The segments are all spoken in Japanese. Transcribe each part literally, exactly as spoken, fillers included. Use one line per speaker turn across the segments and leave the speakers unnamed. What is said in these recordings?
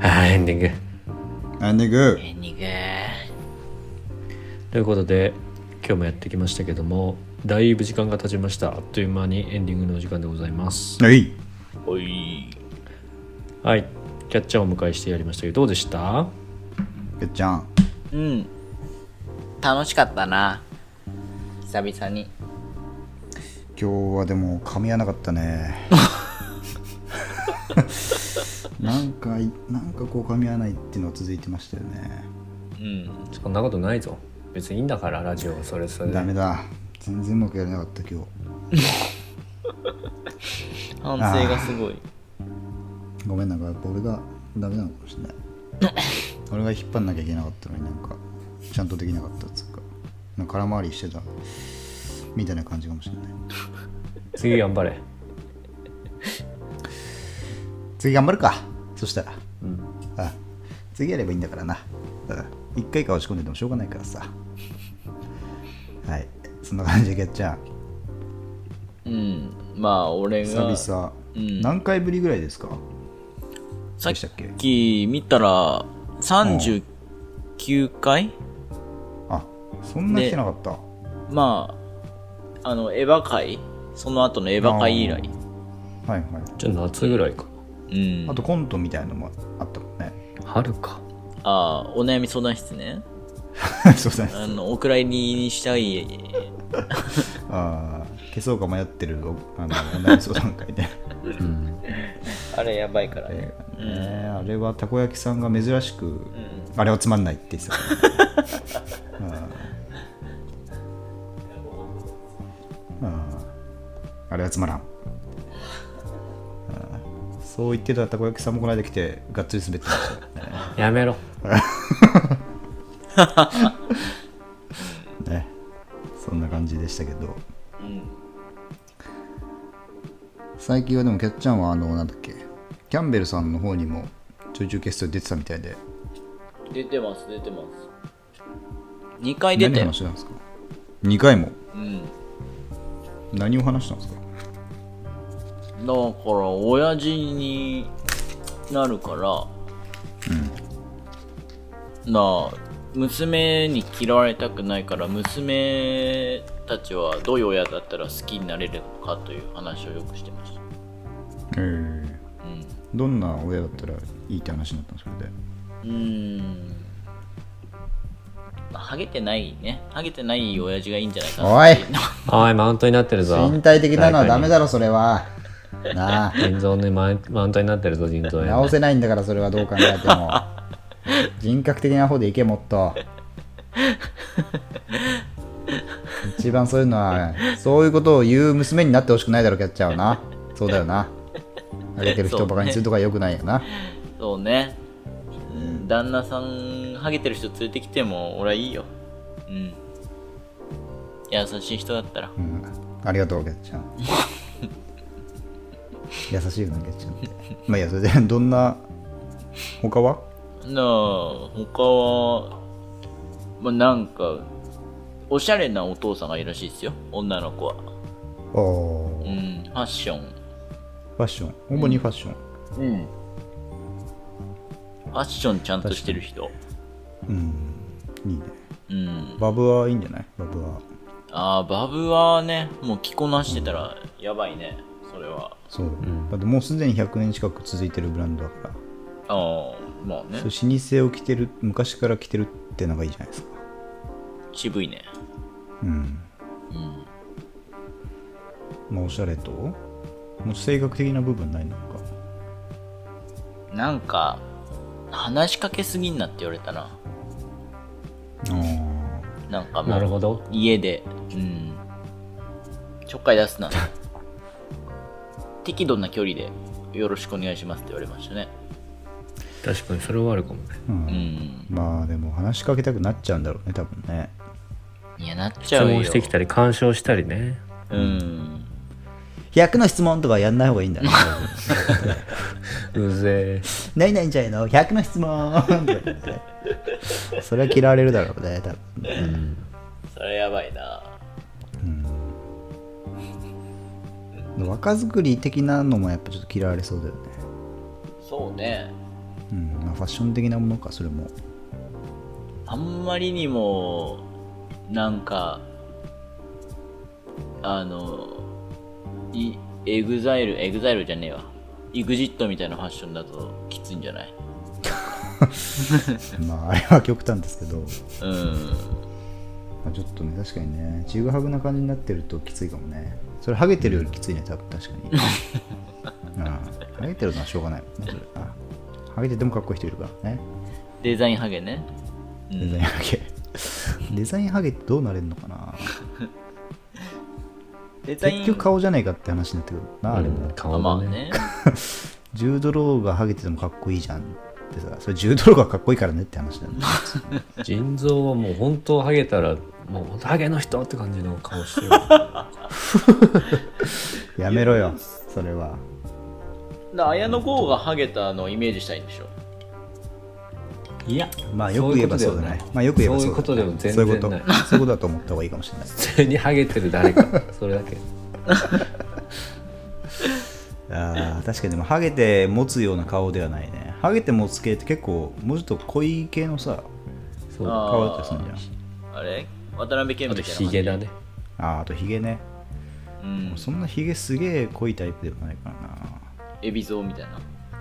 あーエンディング
エンディング
エンディング
ということで今日もやってきましたけども、だいぶ時間が経ちました。あっという間にエンディングのお時間でございます。
はい
おい
はい、キャッチャーをお迎えしてやりましたけどどうでした？
けっちゃん
うん楽しかったな久々に。
今日はでも噛み合わなかったねなんかなんかこう噛み合わないっていうのが続いてましたよね。
うん
そんなことないぞ、別にいいんだからラジオはそれそれで。
ダメだ、全然うまくやれなかった今日
反省がすごい。
ごめん、なんかやっぱ俺がダメなのかもしれない俺が引っ張んなきゃいけなかったのになんかちゃんとできなかったっつうか、なんか空回りしてたみたいな感じかもしれない。
次頑張れ。
次頑張るか、そしたら、
うん、
あ次やればいいんだからな。一回か落ち込んでてもしょうがないからさはい、そんな感じでキャッチャー。
うんまあ俺が
久々、
うん、
何回ぶりぐらいですか？
さっ
でしたっけ？
き見たらさんじゅうきゅうかい。
あ、そんな来てなかった。
まああのエヴァ界、その後のエヴァ界以来。
はいはい。
じゃあ夏ぐらいか。
うん
あとコントみたいなのもあったもんね。
春か。
ああお悩み相談室ね
そうだね。
あのお蔵入りにしたい
ああ、消そうか迷ってるおあのお悩み相談会で、
うん、
あれやばいからね、
ねうん、あれはたこ焼きさんが珍しく、うん、あれはつまんないって言ってたからね、うんうん、あれはつまらん、うん、そう言ってたたこ焼きさんもこの間来てがっつり滑ってましたよね。
やめろ
ね、そんな感じでしたけど、うん、最近はでもキャッチャンはあのなんだっけ、キャンベルさんの方にもちょいちょいゲストで出てたみたいで。
出てます出てます。にかい出て。
何話したんですか？にかいも。
うん。
何を話したんですか？
だから親父になるから、うん、なあ娘に嫌われたくないから娘たちはどういう親だったら好きになれるのかという話をよくしてました。
えーうん、どんな親だったらいいって話になったんですか？それで
うーん、ハゲてないね、ハゲてない親父がいいんじゃないかな。
おい
おいマウントになってるぞ。
身体的なのはダメだろそれはなあ、
腎臓にマウントになってるぞ腎臓。
直せないんだからそれはどう考えても人格的な方でいけ、もっと一番そういうのはそういうことを言う娘になってほしくないだろキャッチャーはな。そうだよな、ハゲてる人をバカにするとかよくないよな。
そうね、うん、旦那さんハゲてる人連れてきても俺はいいよ。うん優しい人だったら、うん、
ありがとうキャッチャー優しいよなキャッチャーってまあいや、それでどんな他は
なあ他はまあなんかおしゃれなお父さんがいるらしいですよ、女の子は。
お
うん、ファッション、
ファッション、主にファッション、
うん、うん、ファッションちゃんとしてる人、
うん、いいね、
うん、
バブはいいんじゃない？バブは
ああバブはね、もう着こなしてたらやばいね、それは。
そう、うん、だってもうすでにひゃくねん近く続いてるブランドだから、
ああまあね、
そう老舗を着てる、昔から着てるってのがいいじゃないですか。
渋いね。
うん、うん、まあおしゃれともう性格的な部分ないのか。
なんか話しかけすぎんなって言われたな。
あ
なんかもう
なるほど、
家で、うん、ちょっかい出すな適度な距離でよろしくお願いしますって言われましたね。
確かにそれはあるかもね、
うん、
うん、
まあでも話しかけたくなっちゃうんだろうね多分ね。
いやなっちゃうよ。
質問してきたり干渉したりね。
うん、
ひゃくの質問とかやんない方がいいんだね
うぜえ
何々ちゃんへのひゃくの質問それは嫌われるだろうね多分ね、うん、
それやばいな、
うん、若作り的なのもやっぱちょっと嫌われそうだよね。
そうね。
うんまあ、ファッション的なものかそれも。
あんまりにもなんかあのいエグザイルエグザイルじゃねえわイグジットみたいなファッションだときついんじゃない？
まああれは極端ですけど、
うん、
まあ、ちょっとね確かにねちぐはぐな感じになってるときついかもね。それハゲてるよりきついね多分確かに。うん、ハゲてるのはしょうがないもんねそれ。あハゲててもかっこいい人いるからね。
デザインハゲね、うん、
デザインハゲデザインハゲってどうなれるのかな。
デザイン
結局顔じゃねえかって話になってくるな、あれも。
うん顔だね。
まあね
ジュードローがハゲててもかっこいいじゃんってさ、それジュードローがかっこいいからねって話なんだよ。
腎臓はもう本当ハゲたらもうハゲの人って感じの顔してる。
やめろよそれは。
だ綾野剛がハゲたのをイメージしたいんでしょ。
いや
まあよく言えばそうだね。まあよく言えば
そういうことでも全然ない。
そういうことそういうことだと思った方がいいかもしれない。
普通にハゲてる誰かそれだけ。
あー確かにでもハゲて持つような顔ではないね。ハゲて持つ系って結構もうちょっと濃い系のさ
そう
あー
顔だったりするんじゃん。
あれ渡辺謙
あと
みたいな感じ。
ヒゲだね。
あーあとヒゲね。
うん
そんなヒゲすげえ濃いタイプでもないからな。
エビゾウみたいな。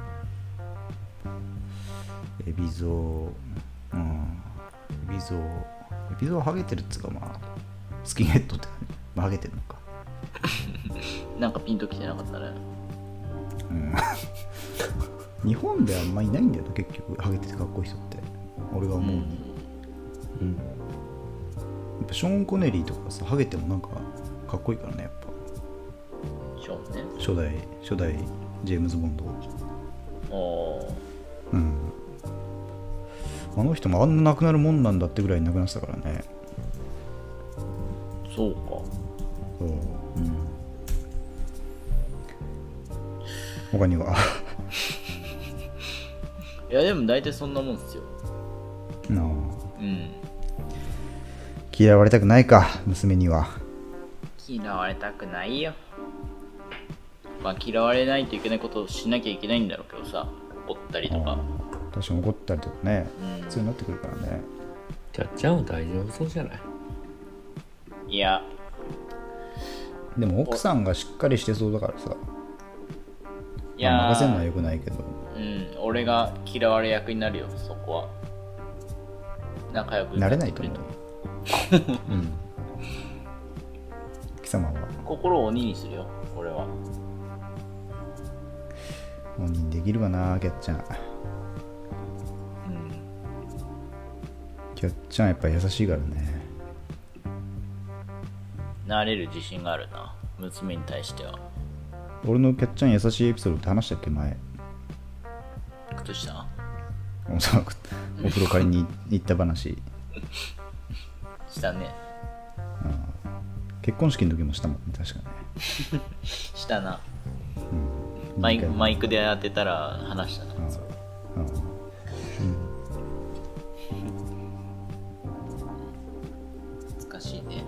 エビゾウ、うん、エビゾウ、エビゾウはハゲてるっつうか、まあ、スキンヘッドって、まあ、ハゲてるのか。
なんかピンときてなかったね。
うん、日本ではあんまいないんだよな、結局、ハゲててかっこいい人って。俺が思うに。
うん。
やっぱショーン・コネリーとかさ、ハゲてもなんかかっこいいからね、やっぱ。
ショーンね。
初代、初代ジェームズ・ボンド。
おー
うん。あの人もあんな亡くなるもんなんだってぐらい亡くなってたからね。
そうか。
そう。うん。他には。
いやでも大体そんなもんっすよ。
なあ。
うん。
嫌われたくないか、娘には。
嫌われたくないよ。まあ嫌われないといけないことをしなきゃいけないんだろうけどさ、怒ったりとか。
確かに怒ったりとかね、
うん
普通になってくるからね。
キャッチャンは大丈夫そうじゃない？
いや、
でも奥さんがしっかりしてそうだからさ、
いや
まあ任せるのはよくないけど。
うん、俺が嫌われ役になるよ、そこは。仲良く
なれないと思う。
うん。
貴様は
心を鬼にするよ、俺は。
本人できるかな、キャッチャン。
うん。
キャッチャンやっぱ優しいからね。
なれる自信があるな、娘に対しては。
俺のキャッチャン優しいエピソードって話したっけ、前。
靴下
おそお風呂借りに行った話。
したね。
結婚式の時もしたもんね、確かね。
したな。
うん、
マイクマイ
ク。
クで当てたら話したな。
うんうん
難しいね。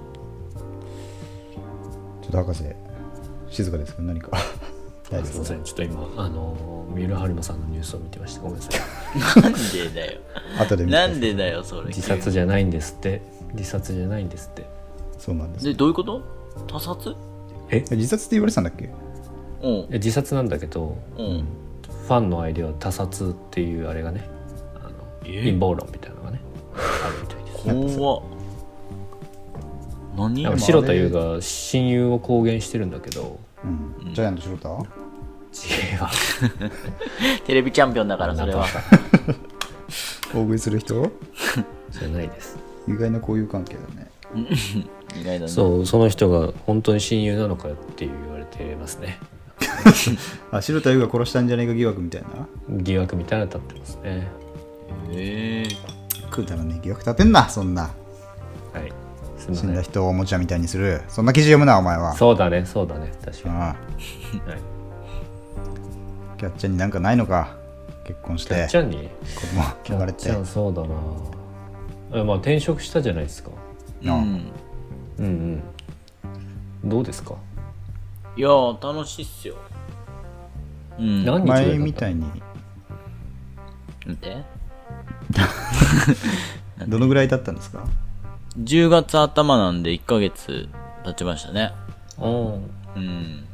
ちょっと博士、静かですけど何か大丈夫ですか？
すいません、ちょっと今あの三浦春馬さんのニュースを見てました。ごめんなさい。
なんでだよ。
後で見てください。
なんでだよ、それ。
自殺じゃないんですって。自殺じゃないんですって。
そうなんです。
で、どういうこと？他殺？
え？
え自殺って言われてたんだっけ？
うん。
いや自殺なんだけど、
うん。
ファンの間では他殺っていうあれがね、あの
え
陰謀論みたいなのがねあるみたいです。
怖っ。何？
なんか白田優が親友を公言してるんだけど、
うん、ジャイアント白田？
違えわ。
テレビチャンピオンだから、それは。
大食いする人？
じゃないです。
意外な交友関係だね。
意外だね。
そうその人が本当に親友なのかって言われてますね。
あ、白田優が殺したんじゃないか疑惑みたいな。
疑惑みたいなの立ってますね。
えー、
くだらねえ疑惑立てんな、そんな。
はい。すみま
死んだ
せん。
人をおもちゃみたいにする。そんな記事読むな、お前は。
そうだね、そうだね、確かに。
ああ
はい。
キャッチャンになんかないのか。結婚し
キャ
て
ッチャンに
子供生まれて。
キャッチャンそうだな。えまあ転職したじゃないですか。
うん。
うんうん。どうですか。
いやー、楽しいっすよ。うん。
何日ぐらいだった
前みたいに
見て
どのぐらい経ったんですか？
じゅうがつ頭なんでいっかげつ経ちましたね。
お
うん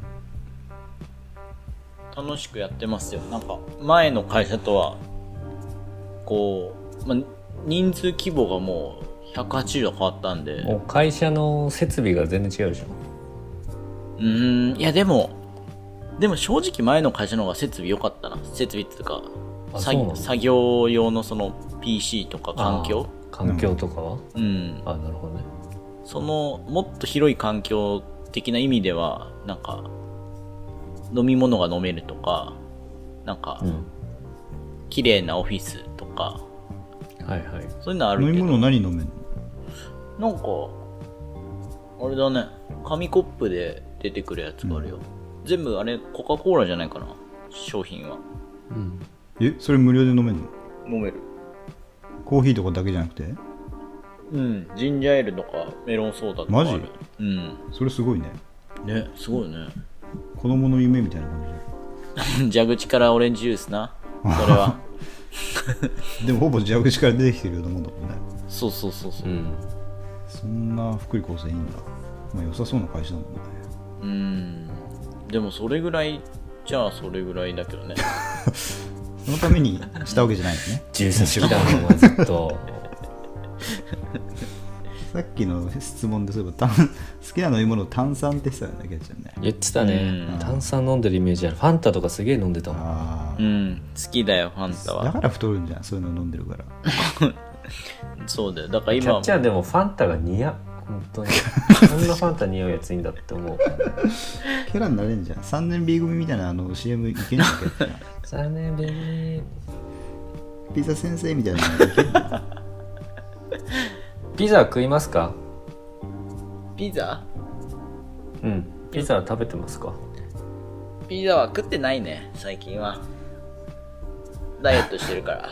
楽しくやってますよ。なんか前の会社とはこう、まあ、人数規模がもうひゃくはちじゅうど変わったんで、
もう会社の設備が全然違うでしょ。
うーんいやでもでも正直前の会社の方が設備良かったな。設備っていうか作
あそうなんだ
作業用のその ピーシー とか環境、
あー環境とかは、
うん
あなるほどね。
そのもっと広い環境的な意味ではなんか飲み物が飲めるとかなんか
うん
綺麗なオフィスとか
はいはい。
そういうのあるけど、
飲み物何飲めんの？
なんかあれだね紙コップで出てくるやつがあるよ、うん、全部あれコカ・コーラじゃないかな商品は。
うん
えそれ無料で飲めんの？
飲める。
コーヒーとかだけじゃなくて？
うんジンジャーエールとかメロンソーダとかある。
マジ？
うん
それすごいね。
ねすごいね。
子供の夢みたいな感
蛇口からオレンジジュースなそれは
じでもほぼ蛇口から出てきてるようなもんだもんね。
そうそうそうそう、
うん
そんな福利厚生いいんだ。まあ良さそうな会社だもんね。
うんでもそれぐらいじゃあそれぐらいだけどね
そのためにしたわけじゃないよね。
ジュース好きだなお前ずっと。
さっきの質問でそういえば炭好きな飲み物炭酸って言ってたよね、ケイちゃんね。
言ってたね、
うん
炭酸飲んでるイメージある。ファンタとかすげえ飲んでたもん。
ああ、
うん好きだよファンタ
だ
は。
から太るんじゃん、そういうの飲んでるから。
そうだよだから
キ
今は
ャッチャーでもファンタが似合う。本当にこんなファンタ似合うやついいんだって思う。
キャラになれんじゃん。さんねん B 組みたいなあの シーエム いけんじゃん、ケイちゃん。
さんねんぶり
ピザ先生みたいなのいけんじゃん。
ピザ食いますか？
ピザ
うんピザ食べてますか？
ピザは食ってないね最近は。ダイエットしてるから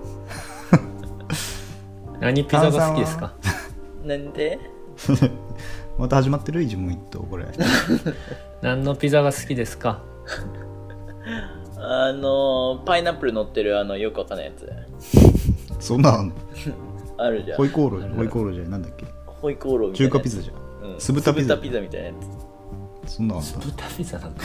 何ピザが好きですか？
なんで
また始まってる一問一答これ。
何のピザが好きですか？
あのパイナップル乗ってるあのよくわかんないやつ
そんなの
あるじゃん。
ホイコーローホイコーローじゃないなんだっけ、
ホイコーローみたいなやつ
中華ピザじゃん、
うん、
酢豚ピザ
酢豚ピザみたいなや
そんなのあんだ。
豚ピザなんか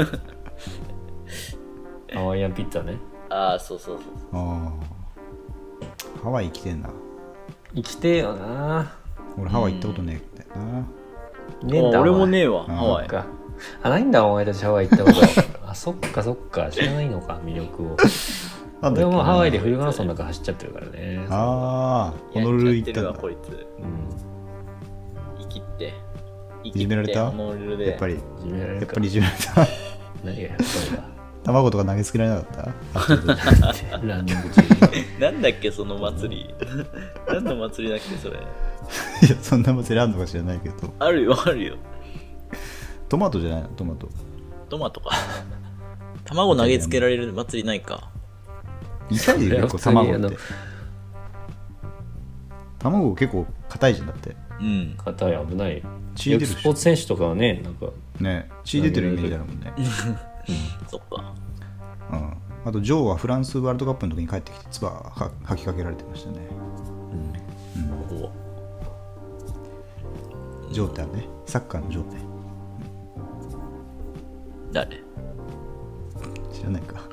ハワイアンピッツァね。
つ。ああそうそうそう
ああハワイ来てんな。
生きてえよな。
俺ハワイ行ったことねえんだよな。
ねえんだ
あ俺もねえ
え
わ
あ
ハワイ。
か。あないんだお前たちハワイ行ったことあそっかそっか知らないのか魅力を。
なんだっけ
俺もハワイでフルマラソンなんか走っちゃってるからね。
ああホノルル行ったんだ。
やっちゃってるわこいつ。
うん
生きって生きって
いじめられた
ホノルルで
やっぱり
いじめられるか
やっぱりいじめられた。
何がやったん
卵とか投げつけられなかった？あちょっと
だランニング中に
なんだっけその祭り何の祭りだっけそれ。
いやそんな祭りあんのか知らないけど。
あるよあるよ
トマトじゃないの？トマト
トマトか卵投げつけられる祭りないか。
痛いよ結構
普通にあの
卵って。卵結構硬いじゃんだって。
うん
肩危ないよ。
血出るし
よくスポーツ選手とかはねなんか
ね血出てるイメージあるもんね。
そっか。
うんあとジョーはフランスワールドカップの時に帰ってきて唾は吐きかけられてましたね。
お
ジョーってあるね、サッカーのジョーね。
誰
知らないか。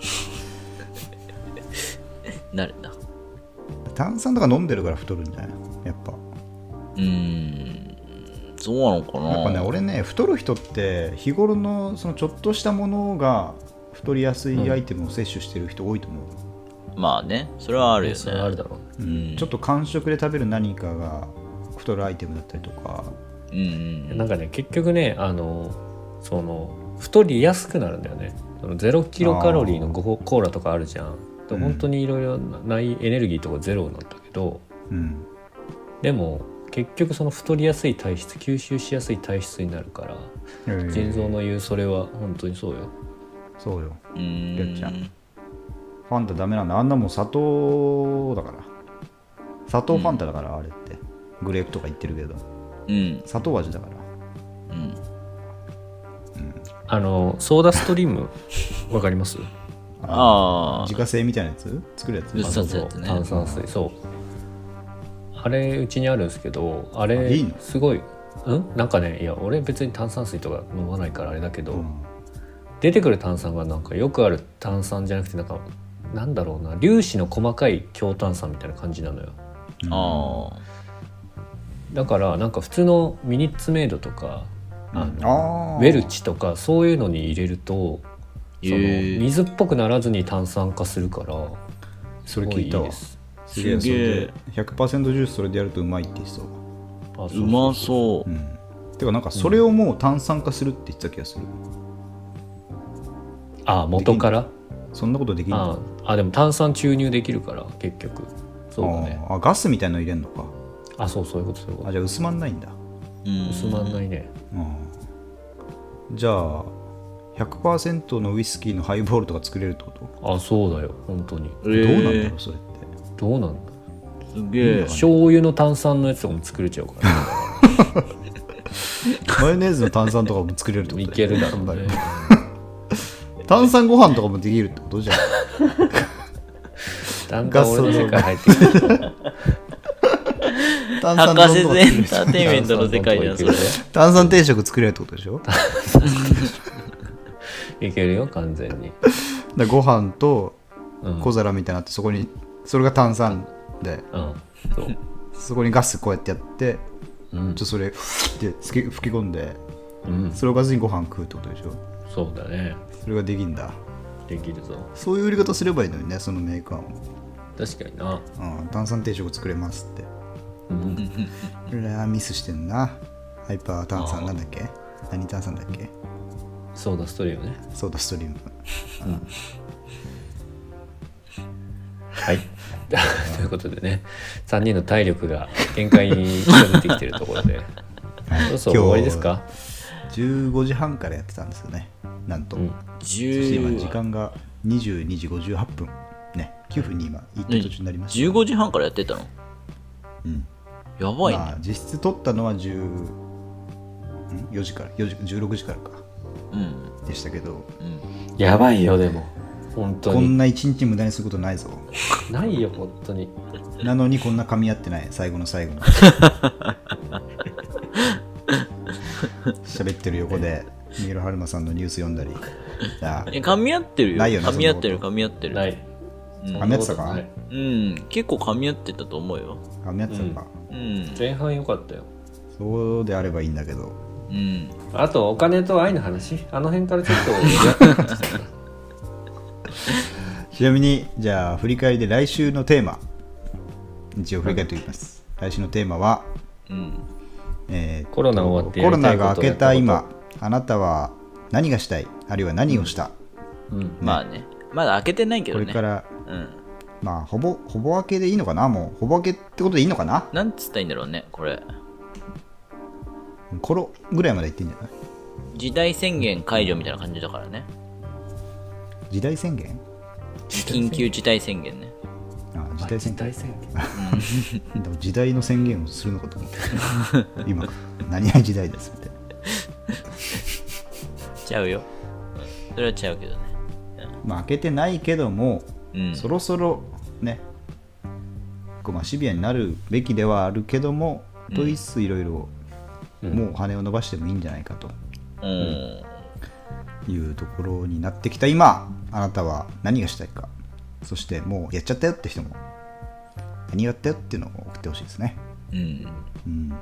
誰だ。
炭酸とか飲んでるから太るんじゃないやっぱ。
うーんそうなのかな。
やっぱね俺ね太る人って日頃のそのちょっとしたものが太りやすいアイテムを摂取してる人多いと思う、
まあねそれはあるよね。
それはあるだろう。
うん
ちょっと間食で食べる何かが太るアイテムだったりとか。
うんうん
なんかね結局ねあのその太りやすくなるんだよね。そのゼロキロカロリーのゴコーラとかあるじゃん。で
うん
本当にいろいろないエネルギーとかゼロなんだけど、
うん
でも結局その太りやすい体質吸収しやすい体質になるから、
えー
腎臓の言うそれは本当にそうよ。
そうよ。
うーん
やっちゃうファンタダメなんだ。あんなもん砂糖だから。砂糖ファンタだから、あれって。グレープとか言ってるけど。
うん
砂糖味だから。
うん
あのソーダストリームわかります？
あ
ああ
自家製みたいなやつ作るやつ。
物
そうそう
質やつね
炭酸水そうあれうちにあるんですけどあれ
あいいの
すごいうんなんかねいや俺別に炭酸水とか飲まないからあれだけど、
うん
出てくる炭酸がなんかよくある炭酸じゃなくてなんかなんだろうな粒子の細かい強炭酸みたいな感じなのよ。
あ
だからなんか普通のミニッツメイドとかあの
あー
ウェルチとかそういうのに入れるとその
へー
水っぽくならずに炭酸化するから
それ聞いたわ。
です
すげえ。
すげえ
それで ひゃくパーセント ジュースそれでやるとうまいって言ってたわ。
あそう
うまそう
う。ん。てかなんかそれをもう炭酸化するって言ってた気がする。
あ元から
そんなことできるの
ああでも炭酸注入できるから結局そうだね
あーあガスみたいなの入れんのか。
あそうそういうことそういうこ
あじゃあ薄まんないんだ。
うん
と薄まんないね
うんじゃあ ひゃくパーセント のウイスキーのハイボールとか作れるってこと、
あそうだよ本当に
えー
どうなんだろうそれって。
どうなんだ
すげえ。
醤油の炭酸のやつとかも作れちゃうから、ね、
マヨネーズの炭酸とかも作れるってこと
いけるだろうね
炭酸ご飯とかもできるってことじゃん。
だんだん俺の世界入ってくる
炭
博士
丼とか
エンターテインメントの世界じゃんそれ。
炭酸定食作れるってことでしょ。だか
いけるよ完全に、
らご飯と
うん
小皿みたいになってそこにそれが炭酸で
うん、そう、
そこにガスこうやってやって
うん
ちょそれふって吹き吹き込んで
うん、
それをガスにご飯食うってことでしょ。
そうだね
それができんだ。
できるぞ
そういう売り方すればいいのにねそのメーカーも、
確かにな、
うん、炭酸定食作れますって。
うん、
これはミスしてんな。ハイパー炭酸なんだっけ、何炭酸だっけ、
ソーダストリームね
ソーダストリーム。
はいということでねさんにんの体力が限界に近づいてきてるところでそうそう終わりですか。
じゅうごじはんからやってたんですよねなんと、
うん
そして今時
10
間がにじゅうにじごじゅうはっぷんねきゅうふんに今行った途中になりました、
じゅうごじはんからやってたの。
うん
やばいね。
まあ実質取ったのはじゅう、んよじからよじじゅうろくじからか
うん
でしたけど、
うん。
やばいよでも本当に
こんな一日無駄にすることないぞ。
ないよ本当に
なのにこんな噛み合ってない最後の最後の喋ってる横で三浦春馬さんのニュース読んだりあ
え噛み合ってるよ。
ないよね
噛み合ってる
そ
噛み合ってる。
ない
うん
噛み合ってたか
ない
うん。結構噛み合ってたと思うよ。
噛み合ってたのか、
うん。
前半良かったよ。
そうであればいいんだけど
うん。
あとお金と愛の話あの辺からちょっとやってたな
ちなみにじゃあ振り返りで来週のテーマ一応振り返っておきます、来週のテーマは、
うん。
えーと
コロナ終わってや
コロ
りたいこと
ナが明けた今
やっ
あなたは何がしたいあるいは何をした、
うん
まあね。まだ開けてないけどね。
これから
うん。
まあほぼほぼ明けでいいのかなもうほぼ明けってことでいいのかな
なんつったらいいんだろうね、これ。
コロぐらいまでいってんじゃない
時代宣言解除みたいな感じだからね。
時代宣言
緊急事態宣言ね。
あ時代宣言
大宣言
でも時代の宣言をするのかと思って今何々時代ですみたいな
ちゃうよ。それはちゃうけどね。
まあ開けてないけども、
うん。
そろそろねこうまあシビアになるべきではあるけども、
うん
と一数いろいろ
うん
もう羽を伸ばしてもいいんじゃないかと
うん。
いうところになってきた今あなたは何がしたいかそしてもうやっちゃったよって人も何やったよっていうのを送ってほしいですね。
うん。
うん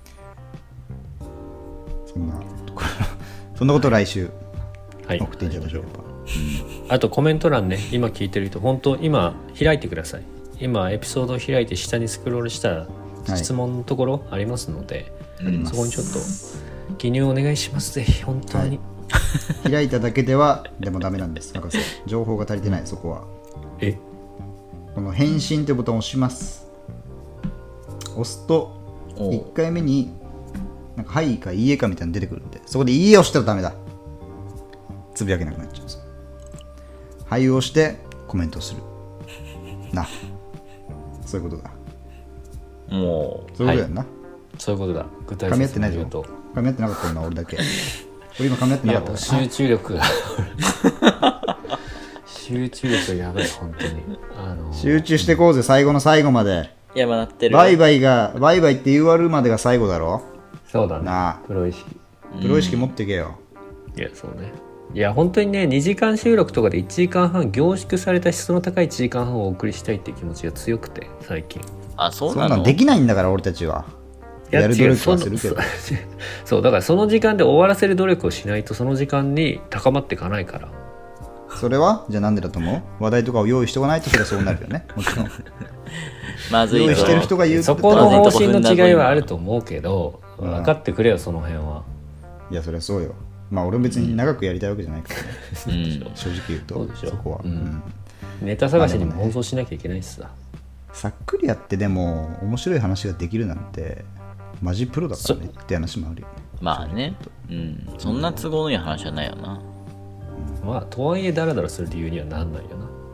そんなところそんなことを来週
はい
送っていただければ、
あとコメント欄ね今聞いてる人本当今開いてください。今エピソードを開いて下にスクロールしたら質問のところありますので、
うん
そこにちょっと記入お願いしますぜひ本当に、
開いただけではでもダメなんです。博士情報が足りてないそこは
え
この返信というボタンを押します。押すと
おう
いっかいめになんかはいかいいえかみたいなの出てくるんでそこでいいえを押したらダメだ。つぶやけなくなっちゃうんです。はいを押してコメントをするな。そういうことだ。
も
そういうことやんな。
そういうことだ具体
噛み合ってないぞ
説明言うと
噛み合ってなかったよな俺だけ俺今噛み合って
いや
なかった
もう集中力が集中力やばい本当に。あの
集中してこうぜ、最後の最後まで。
いや、まあなってる。
バイバイが、バイバイって言われるまでが最後だろ。
そうだね。
なあ、
プロ意識。
プロ意識持ってけよ。
いやそうね。いや本当にねにじかん収録とかでいちじかんはん凝縮された質の高いいちじかんはんをお送りしたいっていう気持ちが強くて最近。
あ、そう
そ
なんの
なんできないんだから俺たちは。
いや
やる努力はするけど。
違うそそうだからその時間で終わらせる努力をしないとその時間に高まっていかないから。
それはじゃあなんでだと思う？話題とかを用意しておかないとそれはそうなるよね。もちろん。
まずいぞ。
用意してる人が言う
そこの方針の違いはあると思うけど、
うん
分かってくれよその辺は。
いやそれはそうよ。まあ俺も別に長くやりたいわけじゃないからね。
うん。
正直言うと
そうでしょ
そこは、
うん
うん
ネタ探しにも奔走しなきゃいけないしさ。
さっくりやってでも面白い話ができるなんてマジプロだからねって話もあるよね。
まあね。うん。そんな都合のいい話はないよな。
まあとはいえダラダラする理由にはなんないよ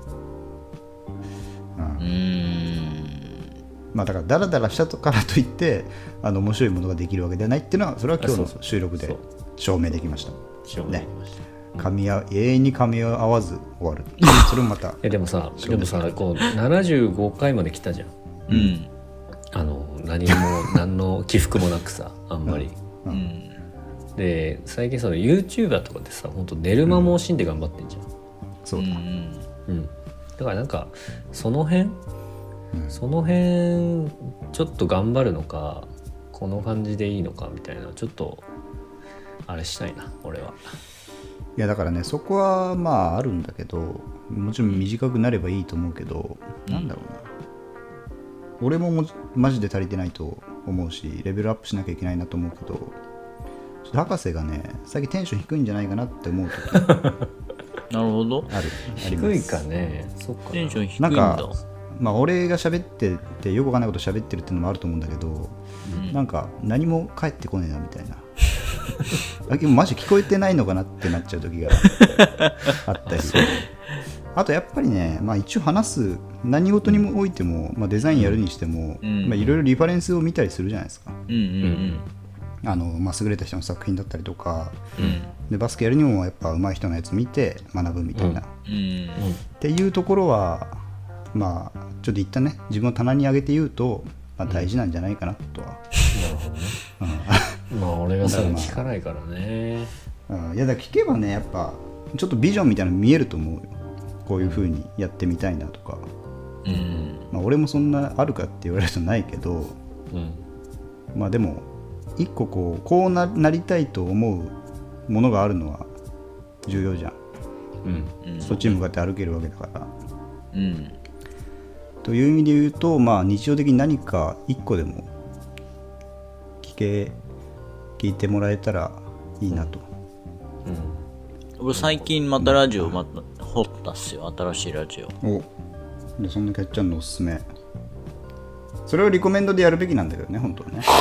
な。
うん
うーん。
まあだからダラダラしたからといってあの面白いものができるわけではないっていうのはそれは今日の
そう
収録で
そう
証明できました。
証明できました。
噛み合う永遠に噛み合わず終わる。それもまた
いやでもさでもさこうななじゅうごかいまで来たじゃん。
うん。
あの何も何の起伏もなくさあんまり。
うん
うん。
で最近その YouTuber とかでさ本当寝る間も惜しんで頑張ってんじゃん。
そうだ、
ん。
うん、だからなんかその辺、
うん
その辺ちょっと頑張るのかこの感じでいいのかみたいなちょっとあれしたいな俺は。
いやだからねそこはまああるんだけどもちろん短くなればいいと思うけど、
うん
なんだろうな俺ももマジで足りてないと思うしレベルアップしなきゃいけないなと思うけどちょっと博士がね最近テンション低いんじゃないかなって思う時
なるほど。
あるあります
低いかねそっか
テンション低い
なんん
だ。
かまあ俺が喋っててよくわかんないこと喋ってるっていうのもあると思うんだけど、
うん
なんか何も返ってこねえなみたいなあでもマジ聞こえてないのかなってなっちゃう時があったりあとやっぱりね、まあ、一応話す何事にもおいても、まあ、デザインやるにしても
うん
まあいろいろリファレンスを見たりするじゃないですか、
うんうん
あのまあ、優れた人の作品だったりとか
うん。うん。
でバスケやるにもやっぱ上手い人のやつ見て学ぶみたいな、っ
うん。
ていうところはまあちょっと一旦ね自分を棚に上げて言うと、まあ、大事なんじゃないかなとは、
なるほどねまあ俺がそれ聞かないからね。
うん、いやだから聞けばねやっぱちょっとビジョンみたいなの見えると思うよこういう風にやってみたいなとか、
うん。
まあ、俺もそんなあるかって言われるとないけど
うん
まあでも一個こうこう な, なりたいと思うものがあるのは重要じゃん、
うん
うん。
そっちに向かって歩けるわけだから
うん。
という意味で言うとまあ日常的に何か一個でも聞け聞いてもらえたらいいなと、
俺最近またラジオまた掘ったっすよ。新しいラジオ。
おでそんなキャッチャンのおすすめそれをリコメンドでやるべきなんだけどね本当はね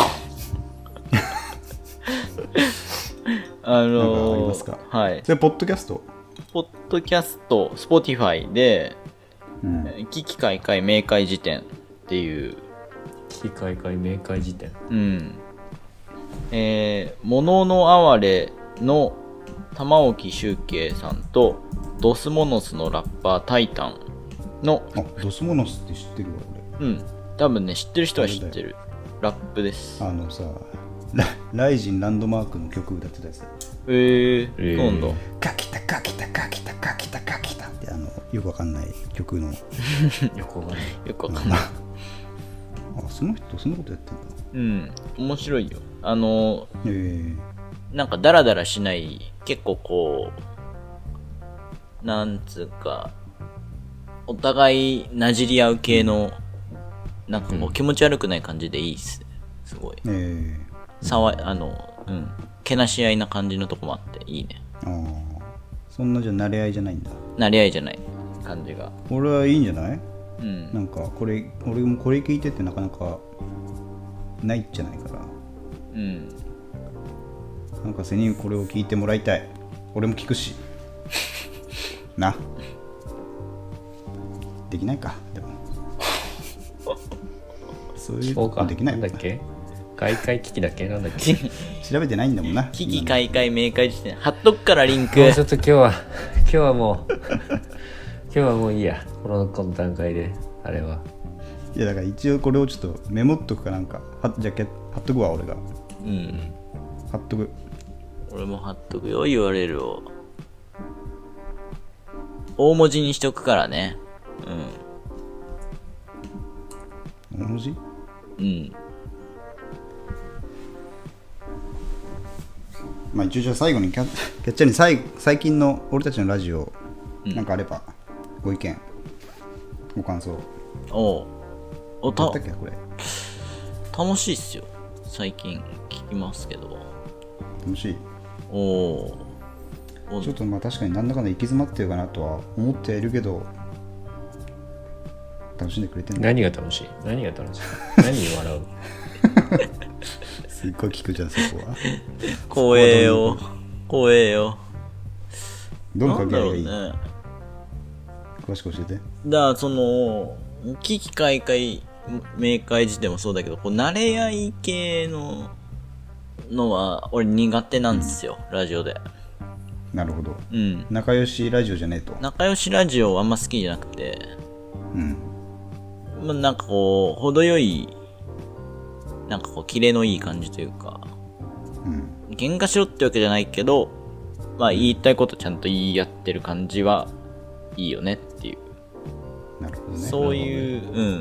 あ
なんかあ
のー
りますか
はい。
それポッドキャスト、
ポッドキャスト、スポティファイで、
うん、
危機開会明快辞典っていう、
危機開会明快辞典。
うん。えー、ものの哀れの玉置周慶さんと、ドスモノスのラッパータイタンの、
あドスモノスって知ってるわ
うん、多分ね、知ってる人は知ってる。ラップです。
俺あのさラライジンランドマークの曲歌ってたやつ
えー、
えー
そうなんだ。
カキタカキタカキタカキタカキタってあのよくわかんない曲の
よくわかんない。
よくわかんない。
あその人そんなことやってんだ
うん、面白いよ。あの、
え
なんかダラダラしない、結構こう、なんつうか、お互いなじり合う系の、なんかこう気持ち悪くない感じでいいっすね。すごい。
ー、え
さわ、あの、うん。けなし合いな感じのとこもあっていいね。
ー、ああそんなじゃ慣れ合いじゃないんだ
なり合いじゃない感じが。
俺はいいんじゃない
うん。
なんかこれ俺もこれ聞いてってなかなかないじゃないから
うん。
なんか瀬にこれを聞いてもらいたい俺も聞くしなできないかでもそういう
そうか。
のできな
ないんだっけ開会危機だっけなんだっけ
調べてないんだもんな
危機開会明快辞典貼っとくからリンク。
もうちょっと今日は今日はもう今日はもういいや、このこの段階であれは。
いやだから一応これをちょっとメモっとくかなんか、はじゃあけ貼っとくわ俺が。
うん
貼っとく。
俺も貼っとくよ ユーアールエル を大文字にしとくからね。
大文字？
うんうん
まあ一応じゃあ最後にキャッキャッチャーに最最近の俺たちのラジオなんかあれば、ご意見ご感想。
おうお
や
た
ったっけこれ。
楽しいっすよ。最近聞きますけど。
楽しい。
おおお
ちょっとまあ確かになんだかんだ行き詰まってるかなとは思ってはいるけど、楽しんでくれてんの？
何が楽しい何が楽しい何に笑う
すっごい聞くじゃんそこは。
怖えよ怖えよ。
どの
なんだ
掛け合いがいい？
ろうね。
詳しく教えて。
だからその危機開会明快時点もそうだけど、こう慣れ合い系ののは俺苦手なんですよ、うん、ラジオで。
なるほど。
うん。
仲良しラジオじゃねえと。
仲良しラジオあんま好きじゃなくて、
うん。
まあなんかこう程よいなんかこうキレのいい感じというか、
うん。
喧嘩しろってわけじゃないけど、まあ言いたいことちゃんと言い合ってる感じはいいよねっていう。
なるほどね。
そういう、うん。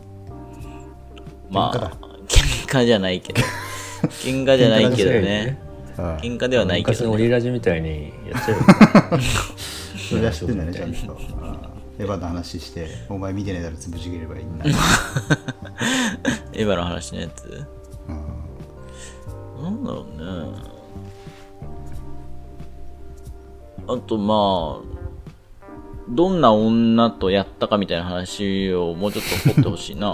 ま
喧嘩だ
あ、喧嘩じゃないけど。喧嘩じゃないけどね。
ああ
喧嘩ではないけ
昔の
ど、ね。
オリラジみたいにやっちゃうよ
それは知ってんだねちゃんと。ああエヴァの話してお前見てねえだろつぶち切ればいいんだ。
エヴァの話のやつ。
あ
なんだろうね。あとまあ、どんな女とやったかみたいな話をもうちょっと掘ってほしいな。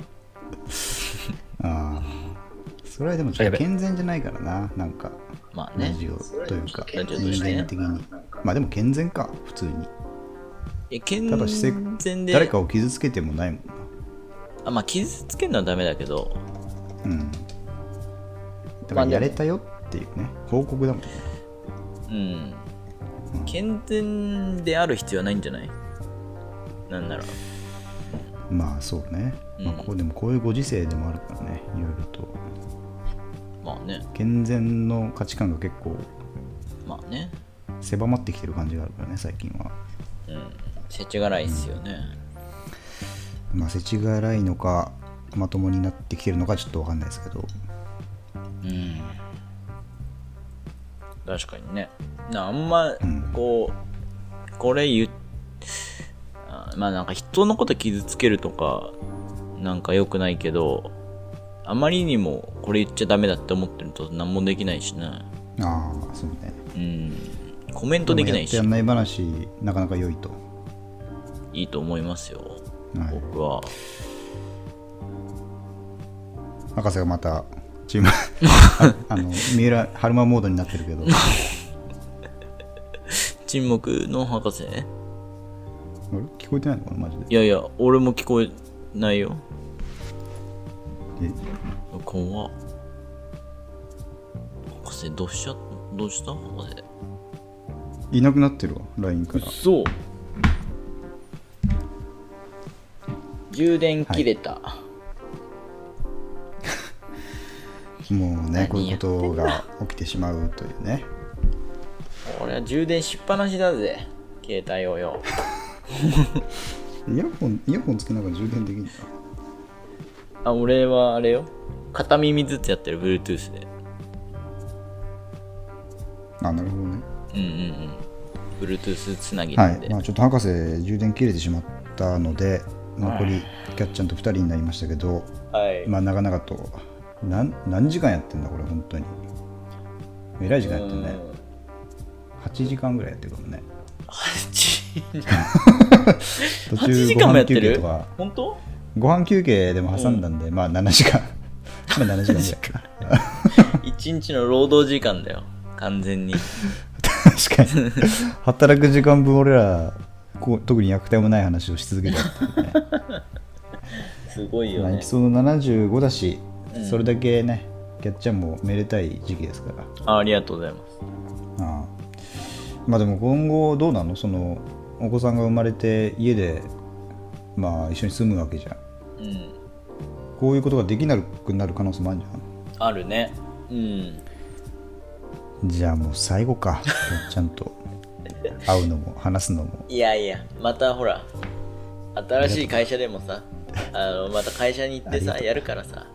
あ。それはでもちょっと健全じゃないからな、なんか。
まあね。
ラジオというか、
ラジオとしてね
人間的に。まあでも健全か、普通に。
いや健
ただ、せ
全で。
誰かを傷つけてもないもんな。
あ、まあ傷つけるのはダメだけど。
うん。だからやれたよっていうね、報告だもんね。
うん。健全である必要はないんじゃない？なんなら。
まあそうね。
うん
まあ、こうでもこういうご時世でもあるからね、いろいろと。
まあね。
健全の価値観が結構
まあね。
狭まってきてる感じがあるからね、最近は。
うん。世知辛いっすよね。
まあ世知辛いのか、まともになってきてるのかちょっとわかんないですけど。
うん。確かにね。なあんまこう、これ言っあまあなんか人のこと傷つけるとかなんか良くないけど、あまりにもこれ言っちゃダメだって思ってると何もできないしね。
ああ、そうね。
うん。コメントできないし。
やってやんない話、なかなか良いと。
いいと思いますよ、
はい、
僕は。
博士がまたチームあ, あの三浦春馬モードになってるけど
沈黙の博士？
あれ聞こえてないのかなマジで。
いやいや、俺も聞こえないよ。
え
怖っ。博士どうしちゃどうした博士。
いなくなってるわ ライン から。
そう。充電切れた、は
い、もうねこういうこ
何やってんだ
とが起きてしまうというね。
俺は充電しっぱなしだぜ携帯をよ。
イヤホンイヤホンつけながら充電できるんだ。
あ、俺はあれよ、片耳ずつやってる Bluetooth で。
あ、なるほどね。
うんうんうん。Bluetooth つなぎな
は
んで。
い、まあちょっと博士充電切れてしまったので残りキャッちゃんとふたりになりましたけど、
はい。
まあ長々と何何時間やってんだこれ本当に。えらい時間やってんね。はちじかんぐらいやってるかもね。
はち
途
はちじ
中ご飯
かんもやってる
休憩とか
本当？
ご飯休憩でも挟んだんで、まあななじかんまあななじかんぐらいかな。
一日の労働時間だよ完全に。
確かに働く時間分俺らこう特に虐待もない話をし続けたっていうね。
すごいよね
まあエピ。ソードななじゅうごだし、
うん
それだけねキャッちゃんもめでたい時期ですから。
あありがとうございます。
ああまあでも今後どうなの、そのお子さんが生まれて家でまあ一緒に住むわけじゃん。
うん。
こういうことができなくなる可能性もあるじゃん。
あるね。うん。
じゃあもう最後か。ちゃんと会うのも話すのも。
いやいや、またほら、新しい会社でもさ、あのまた会社に行ってさ、やるからさ。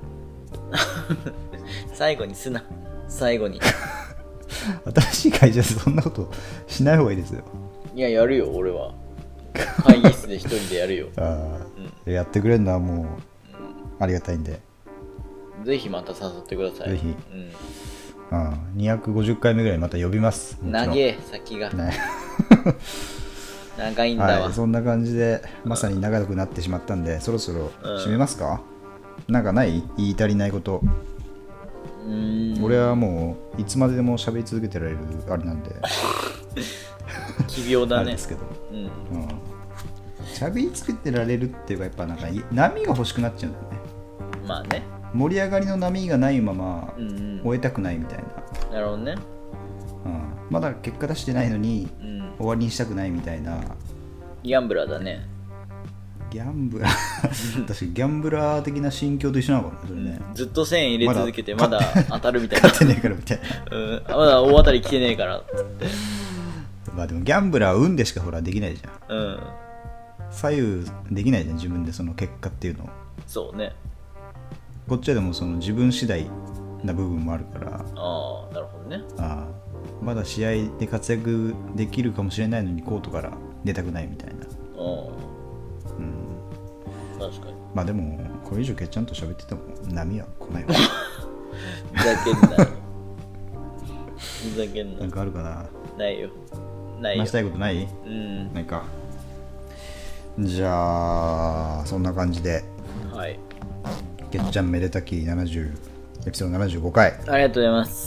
最後にすな。最後に。
新しい会社でそんなことしない方がいいですよ。
いや、やるよ、俺は。会議室で一人でやるよ。
あ、うん、やってくれるのはもうありがたいんで、
ぜひまた誘ってください。
ぜひ、
うん、
ああにひゃくごじゅっかいめぐらいまた呼びます。
長え先が、ね、長いんだわ、
はい、そんな感じでまさに長くなってしまったんで、そろそろ締めますか、うん、なんかない言い足りないこと。うーん、俺はもういつまででも喋り続けてられるあれなんで
奇病だね。
ですけど、うんうん、喋り続けてられるっていうか、やっぱなんか波が欲しくなっちゃうんだよね。
まあね、
盛り上がりの波がないまま終えたくないみたいな、
うんうん、なるほどね、
うん、まだ結果出してないのに、うん、終わりにしたくないみたいな。
ギャンブラーだね。
ギャンブラー確かにギャンブラー的な心境と一緒なのかな、それね、
うん、ずっとせん入れ続けてまだ当たるみたいな。
勝ってねえからみたいな、
うん、まだ大当たり来てねえからっつって。
まあでもギャンブラーは運でしかほらできないじゃん、うん、左右できないじゃん、自分でその結果っていうのを。
そうね、
こっちはでもその自分次第な部分もあるから。あ
あ、なるほどね。
ああ、まだ試合で活躍できるかもしれないのにコートから出たくないみたいな。ああ、うん、確かに。まあでもこれ以上けっちゃんと喋ってても波は来ないわ。
ふざけんな。ふざけんな。
なんかあるかな。
ないよ。ないよ。
話したいことない？うん。ないか。じゃあそんな感じで。はい。けっちゃんめでたきななじゅうエピソードななじゅうごかい。
ありがとうございます。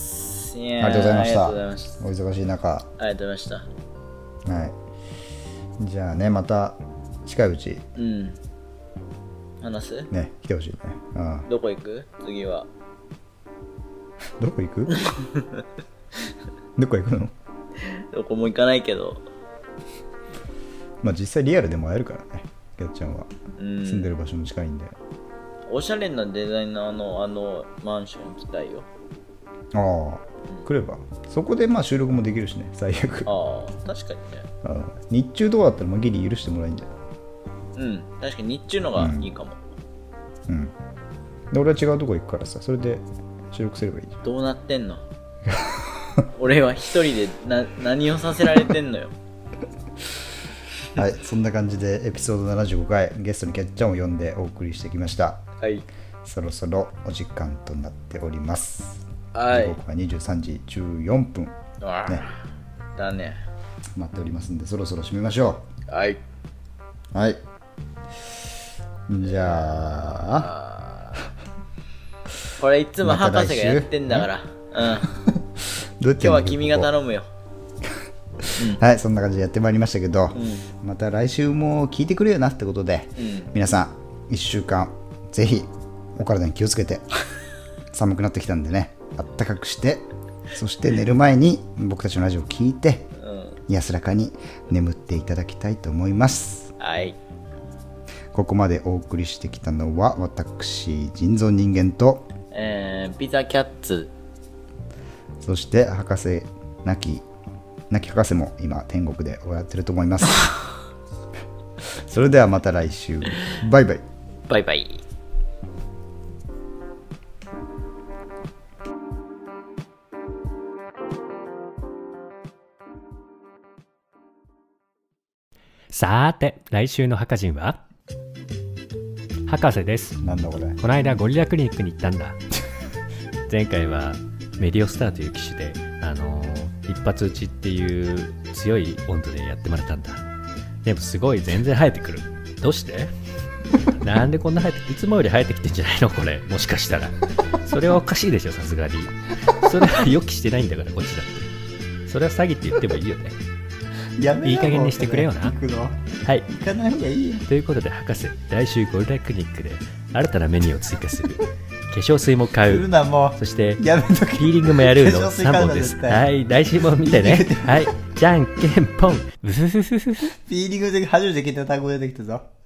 いや
ありがとうございました。ありがとうございました。お忙しい中。
ありがとうございました。
はい。じゃあね、また近いうち。うん。
話す？
ね、来てほしいね。
ああ、どこ行く？次は。
どこ行く？どこ行くの？
どこも行かないけど。
まあ実際リアルでも会えるからね、けっちゃんは。うん、住んでる場所も近いんで。
おしゃれなデザイナーのあのマンション行きたいよ。
ああ、うん、来れば。そこでまあ収録もできるしね、最悪。
ああ、確かにね。
ああ、日中とかだったらギリ許してもらえんじゃん。
うん、確かに日中のがいいかも。
うん。うん、で俺は違うとこ行くからさ、それで収録すればいいじゃん。
どうなってんの？俺は一人でな何をさせられてんのよ。
はい、そんな感じでエピソードななじゅうごかいゲストにけっちゃんを呼んでお送りしてきました。はい。そろそろお時間となっております。はい。時刻はにじゅうさんじじゅうよんぷん。
ああ。ね。だね。
待っておりますんで、そろそろ締めましょ
う。はい。
はい。じゃあ。
これいつも博士がやってんだから。うん。今日は君が頼むよ。
うん、はい、そんな感じでやってまいりましたけど、うん、また来週も聞いてくれよなってことで、うん、皆さんいっしゅうかんぜひお体に気をつけて寒くなってきたんでね、あったかくして、そして寝る前に僕たちのラジオを聞いて、うん、安らかに眠っていただきたいと思います。はい。ここまでお送りしてきたのは私人造人間と、
えー、ピザキャッツ、
そして博士なきなき博士も今天国でやってると思います。それではまた来週。バイバイ。
バイバイ。
さーて、来週の博人は博士です。
なんだこれ。
この間ゴリラクリニックに行ったんだ。前回はメディオスターという機種で、あのー一発打ちっていう強い温度でやってもらったんだ。でもすごい全然生えてくる。どうして？なんでこんな生えて、いつもより生えてきてんじゃないのこれ、もしかしたら。それはおかしいでしょ、さすがに。それは予期してないんだからこっちだって。それは詐欺って言ってもいいよね。
やめ
いい加減にしてくれよな。
行くの？
はい。
行かない方がいいよ。
ということで博士、来週ゴリラクリニックで新たなメニューを追加する。化粧水も買う。そしてピーリングもやるのさんぼんです。はい、来週も見てね。はい。 じゃんけんぽん。ブフフフフフ。
フィーリングで初めて聞いた単語出てきたぞ。